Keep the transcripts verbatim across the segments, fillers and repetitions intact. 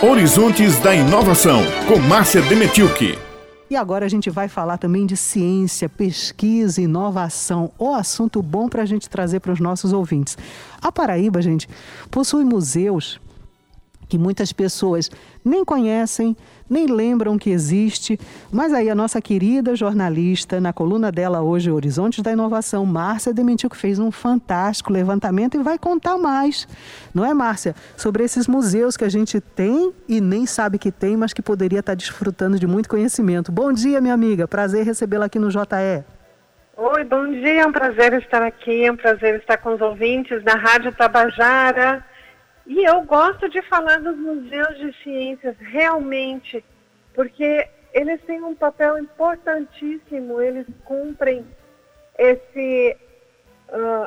Horizontes da Inovação, com Márcia Demetilke. E agora a gente vai falar também de ciência, pesquisa e inovação. O assunto bom para a gente trazer para os nossos ouvintes. A Paraíba, gente, possui museus que muitas pessoas nem conhecem, nem lembram que existe, mas aí a nossa querida jornalista, na coluna dela hoje, Horizontes da Inovação, Márcia Demetilke, fez um fantástico levantamento e vai contar mais, não é, Márcia? Sobre esses museus que a gente tem e nem sabe que tem, mas que poderia estar desfrutando de muito conhecimento. Bom dia, minha amiga, prazer recebê-la aqui no J E. Oi, bom dia, é um prazer estar aqui, é um prazer estar com os ouvintes da Rádio Tabajara. E eu gosto de falar dos museus de ciências, realmente, porque eles têm um papel importantíssimo, eles cumprem esse, uh,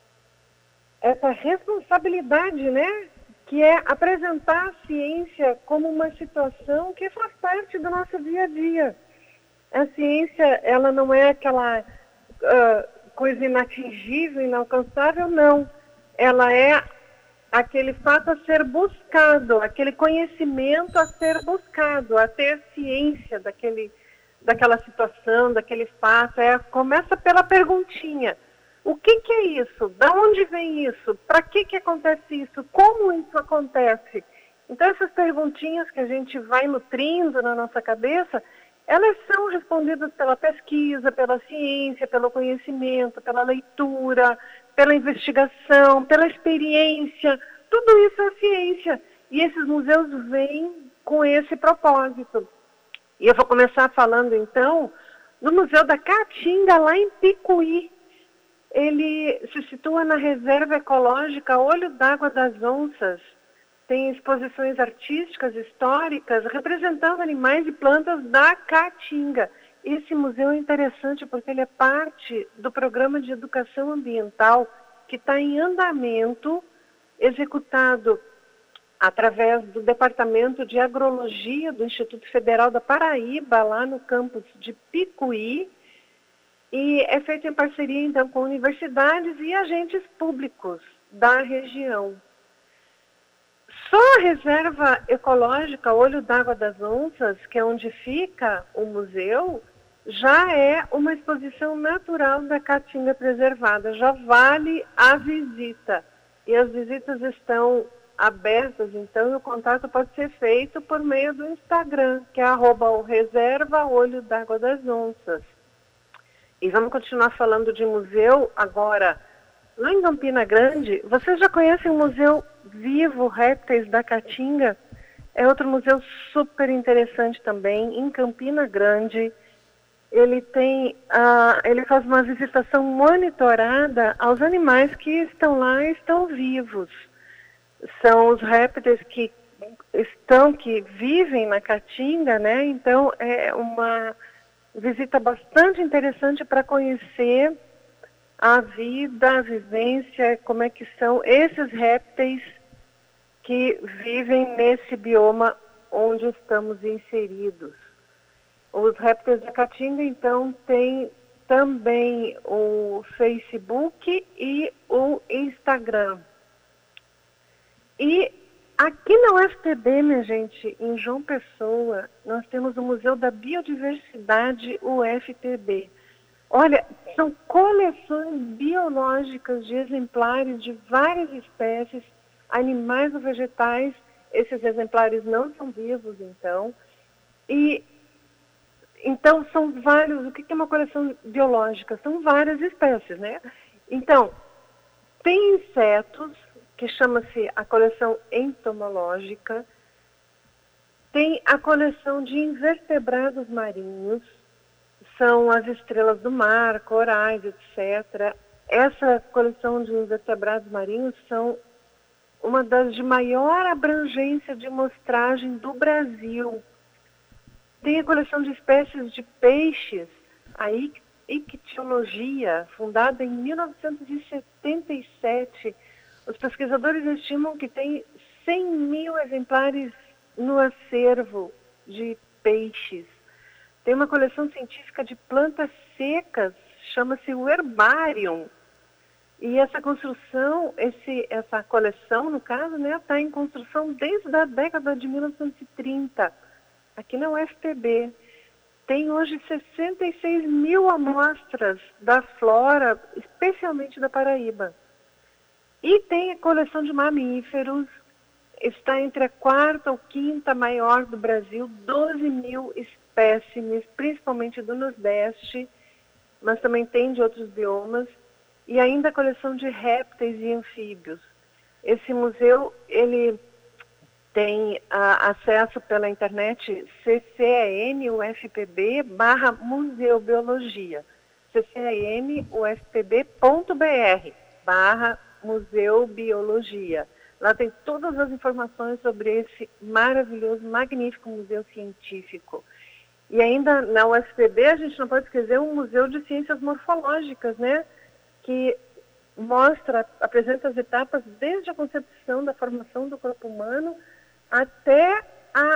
essa responsabilidade, né? Que é apresentar a ciência como uma situação que faz parte do nosso dia a dia. A ciência, ela não é aquela uh, coisa inatingível, inalcançável, não. Ela é aquele fato a ser buscado, aquele conhecimento a ser buscado, a ter ciência daquele, daquela situação, daquele fato. É, começa pela perguntinha. O que, que é isso? Da onde vem isso? Para que, que acontece isso? Como isso acontece? Então, essas perguntinhas que a gente vai nutrindo na nossa cabeça, elas são respondidas pela pesquisa, pela ciência, pelo conhecimento, pela leitura, pela investigação, pela experiência. Tudo isso é ciência. E esses museus vêm com esse propósito. E eu vou começar falando, então, no Museu da Caatinga, lá em Picuí. Ele se situa na Reserva Ecológica Olho d'Água das Onças. Tem exposições artísticas, históricas, representando animais e plantas da Caatinga. Esse museu é interessante porque ele é parte do programa de educação ambiental que está em andamento, executado através do Departamento de Agrologia do Instituto Federal da Paraíba, lá no campus de Picuí, e é feito em parceria, então, com universidades e agentes públicos da região. Só a Reserva Ecológica Olho d'Água das Onças, que é onde fica o museu, já é uma exposição natural da Caatinga preservada, já vale a visita. E as visitas estão abertas, então, e o contato pode ser feito por meio do Instagram, que é arroba o Reserva Olho d'Água das Onças. E vamos continuar falando de museu agora. Lá em Campina Grande, vocês já conhecem o Museu Vivo Répteis da Caatinga? É outro museu super interessante também, em Campina Grande. Ele tem, uh, ele faz uma visitação monitorada aos animais que estão lá e estão vivos. São os répteis que estão, que vivem na Caatinga, né? Então é uma visita bastante interessante para conhecer a vida, a vivência, como é que são esses répteis que vivem nesse bioma onde estamos inseridos. Os répteis da Caatinga, então, tem também o Facebook e o Instagram. E aqui na U F P B, minha gente, em João Pessoa, nós temos o Museu da Biodiversidade U F P B. Olha, são coleções biológicas de exemplares de várias espécies, animais ou vegetais. Esses exemplares não são vivos, então. E então são vários. O que é uma coleção biológica? São várias espécies, né? Então, tem insetos, que chama-se a coleção entomológica. Tem a coleção de invertebrados marinhos. São as estrelas do mar, corais, etcétera. Essa coleção de invertebrados marinhos são uma das de maior abrangência de mostragem do Brasil. Tem a coleção de espécies de peixes, a ictiologia, fundada em mil novecentos e setenta e sete. Os pesquisadores estimam que tem cem mil exemplares no acervo de peixes. Tem uma coleção científica de plantas secas, chama-se o Herbarium. E essa construção, esse, essa coleção, no caso, né, está em construção desde a década de mil novecentos e trinta, aqui na U F P B. Tem hoje sessenta e seis mil amostras da flora, especialmente da Paraíba. E tem a coleção de mamíferos, está entre a quarta ou quinta maior do Brasil, doze mil espécimes, principalmente do Nordeste, mas também tem de outros biomas. E ainda a coleção de répteis e anfíbios. Esse museu, ele tem a, acesso pela internet C C E N U F P B barra Museubiologia. C C E N U F P B ponto B R barra Museubiologia. Lá tem todas as informações sobre esse maravilhoso, magnífico museu científico. E ainda na U F P B a gente não pode esquecer um museu de ciências morfológicas, né? Que mostra, apresenta as etapas desde a concepção da formação do corpo humano até a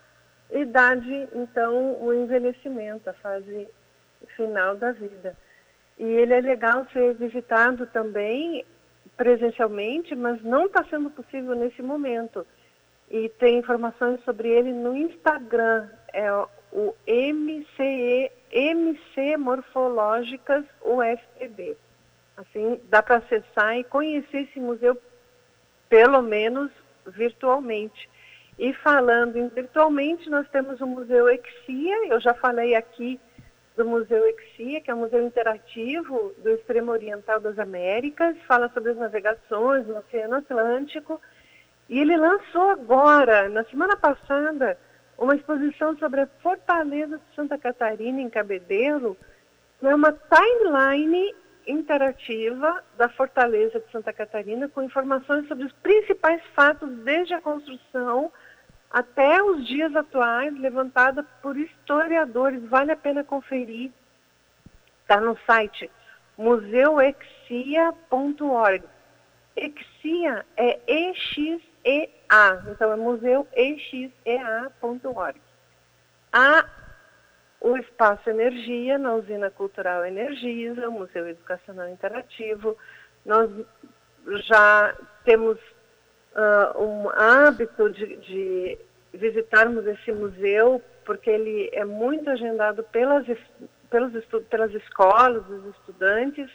idade, então, o envelhecimento, a fase final da vida. E ele é legal ser visitado também presencialmente, mas não está sendo possível nesse momento. E tem informações sobre ele no Instagram, é o M C E, M C Morfológicas U F P B. Assim, dá para acessar e conhecer esse museu, pelo menos virtualmente. E falando em virtualmente, nós temos o Museu Exia. Eu já falei aqui do Museu Exia, que é um museu interativo do extremo oriental das Américas, fala sobre as navegações no Oceano Atlântico. E ele lançou agora, na semana passada, uma exposição sobre a Fortaleza de Santa Catarina, em Cabedelo, que é uma timeline interativa da Fortaleza de Santa Catarina, com informações sobre os principais fatos desde a construção até os dias atuais, levantada por historiadores. Vale a pena conferir. Está no site museu exia ponto org. Exia é E X E A, então é museu exia ponto org. A O Espaço Energia, na Usina Cultural Energisa, o Museu Educacional Interativo. Nós já temos uh, um hábito de, de visitarmos esse museu, porque ele é muito agendado pelas, pelos estu, pelas escolas, dos estudantes,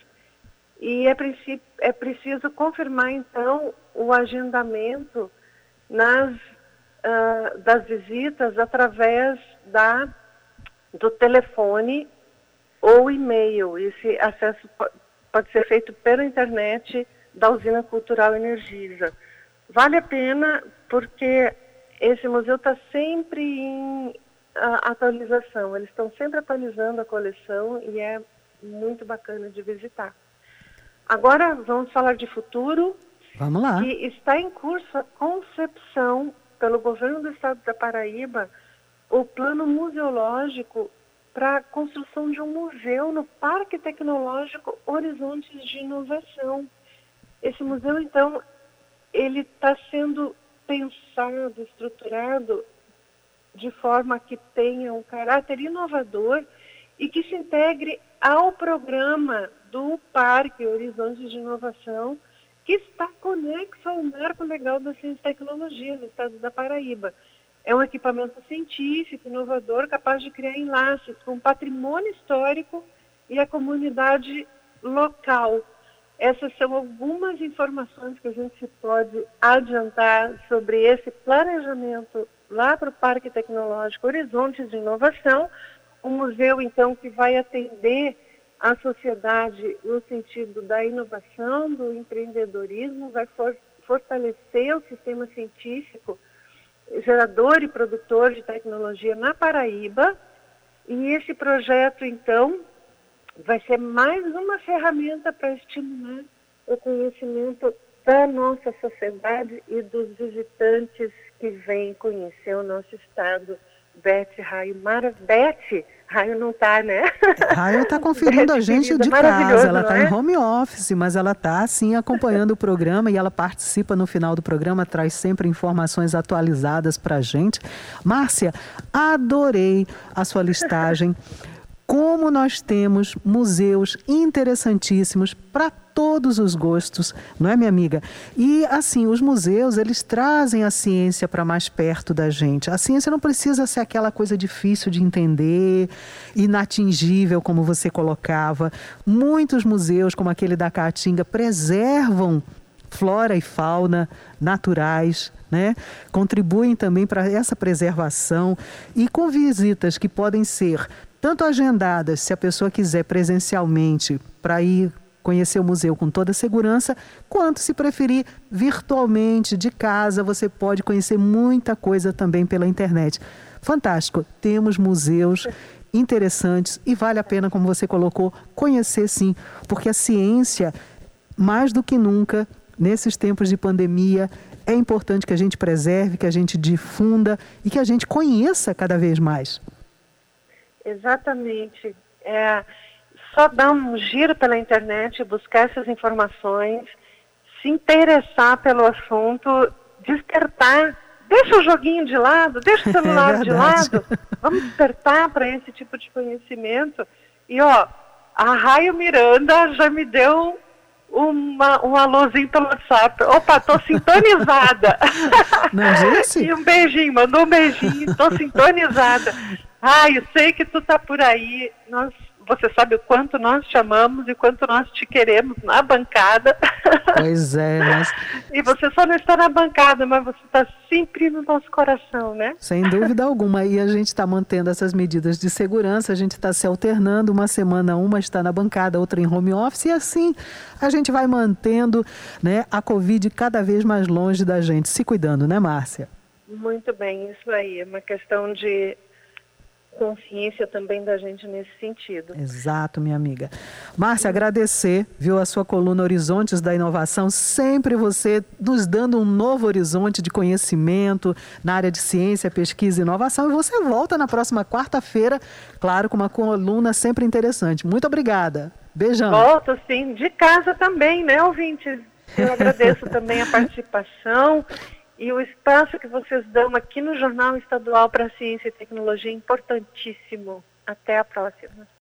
e é, é preciso confirmar, então, o agendamento nas, uh, das visitas através da do telefone ou e-mail. Esse acesso pode ser feito pela internet da Usina Cultural Energisa. Vale a pena porque esse museu está sempre em uh, atualização. Eles estão sempre atualizando a coleção e é muito bacana de visitar. Agora vamos falar de futuro. Vamos lá. Que está em curso a concepção pelo governo do estado da Paraíba o plano museológico para a construção de um museu no Parque Tecnológico Horizontes de Inovação. Esse museu, então, ele está sendo pensado, estruturado de forma que tenha um caráter inovador e que se integre ao programa do Parque Horizontes de Inovação, que está conexo ao Marco Legal da Ciência e Tecnologia no estado da Paraíba. É um equipamento científico, inovador, capaz de criar enlaces com o patrimônio histórico e a comunidade local. Essas são algumas informações que a gente pode adiantar sobre esse planejamento lá para o Parque Tecnológico Horizontes de Inovação, um museu, então, que vai atender a sociedade no sentido da inovação, do empreendedorismo, vai for- fortalecer o sistema científico gerador e produtor de tecnologia na Paraíba, e esse projeto, então, vai ser mais uma ferramenta para estimular o conhecimento da nossa sociedade e dos visitantes que vêm conhecer o nosso estado. Beth Raio, mara... Beth Raio não está, né? Raio está conferindo Beth, a gente querida, de casa, ela está é? em home office, mas ela está sim acompanhando o programa e ela participa no final do programa, traz sempre informações atualizadas para a gente. Márcia, adorei a sua listagem. Como nós temos museus interessantíssimos para todos os gostos, não é, minha amiga? E, assim, os museus, eles trazem a ciência para mais perto da gente. A ciência não precisa ser aquela coisa difícil de entender, inatingível, como você colocava. Muitos museus, como aquele da Caatinga, preservam flora e fauna naturais, né? Contribuem também para essa preservação e com visitas que podem ser tanto agendadas, se a pessoa quiser presencialmente, para ir conhecer o museu com toda segurança, quanto, se preferir, virtualmente, de casa, você pode conhecer muita coisa também pela internet. Fantástico, temos museus interessantes e vale a pena, como você colocou, conhecer sim, porque a ciência, mais do que nunca, nesses tempos de pandemia, é importante que a gente preserve, que a gente difunda e que a gente conheça cada vez mais. Exatamente. É, só dar um giro pela internet, buscar essas informações, se interessar pelo assunto, despertar, deixa o joguinho de lado, deixa o celular é de lado, vamos despertar para esse tipo de conhecimento. E ó, a Raio Miranda já me deu uma, um alôzinho pelo WhatsApp. Opa, tô sintonizada. Não disse? E um beijinho, mandou um beijinho, tô sintonizada. Ah, eu sei que tu tá por aí. Nós, você sabe o quanto nós te amamos e o quanto nós te queremos na bancada. Pois é, mas... E você só não está na bancada, mas você está sempre no nosso coração, né? Sem dúvida alguma. E a gente está mantendo essas medidas de segurança, a gente está se alternando. Uma semana uma está na bancada, outra em home office. E assim a gente vai mantendo, né, a Covid cada vez mais longe da gente. Se cuidando, né, Márcia? Muito bem, isso aí. É uma questão de consciência também da gente nesse sentido. Exato, minha amiga. Márcia, agradecer, viu, a sua coluna Horizontes da Inovação, sempre você nos dando um novo horizonte de conhecimento na área de ciência, pesquisa e inovação. E você volta na próxima quarta-feira, claro, com uma coluna sempre interessante. Muito obrigada. Beijão. Volto, sim, de casa também, né, ouvintes? Eu agradeço também a participação e o espaço que vocês dão aqui no Jornal Estadual para Ciência e Tecnologia é importantíssimo. Até a próxima.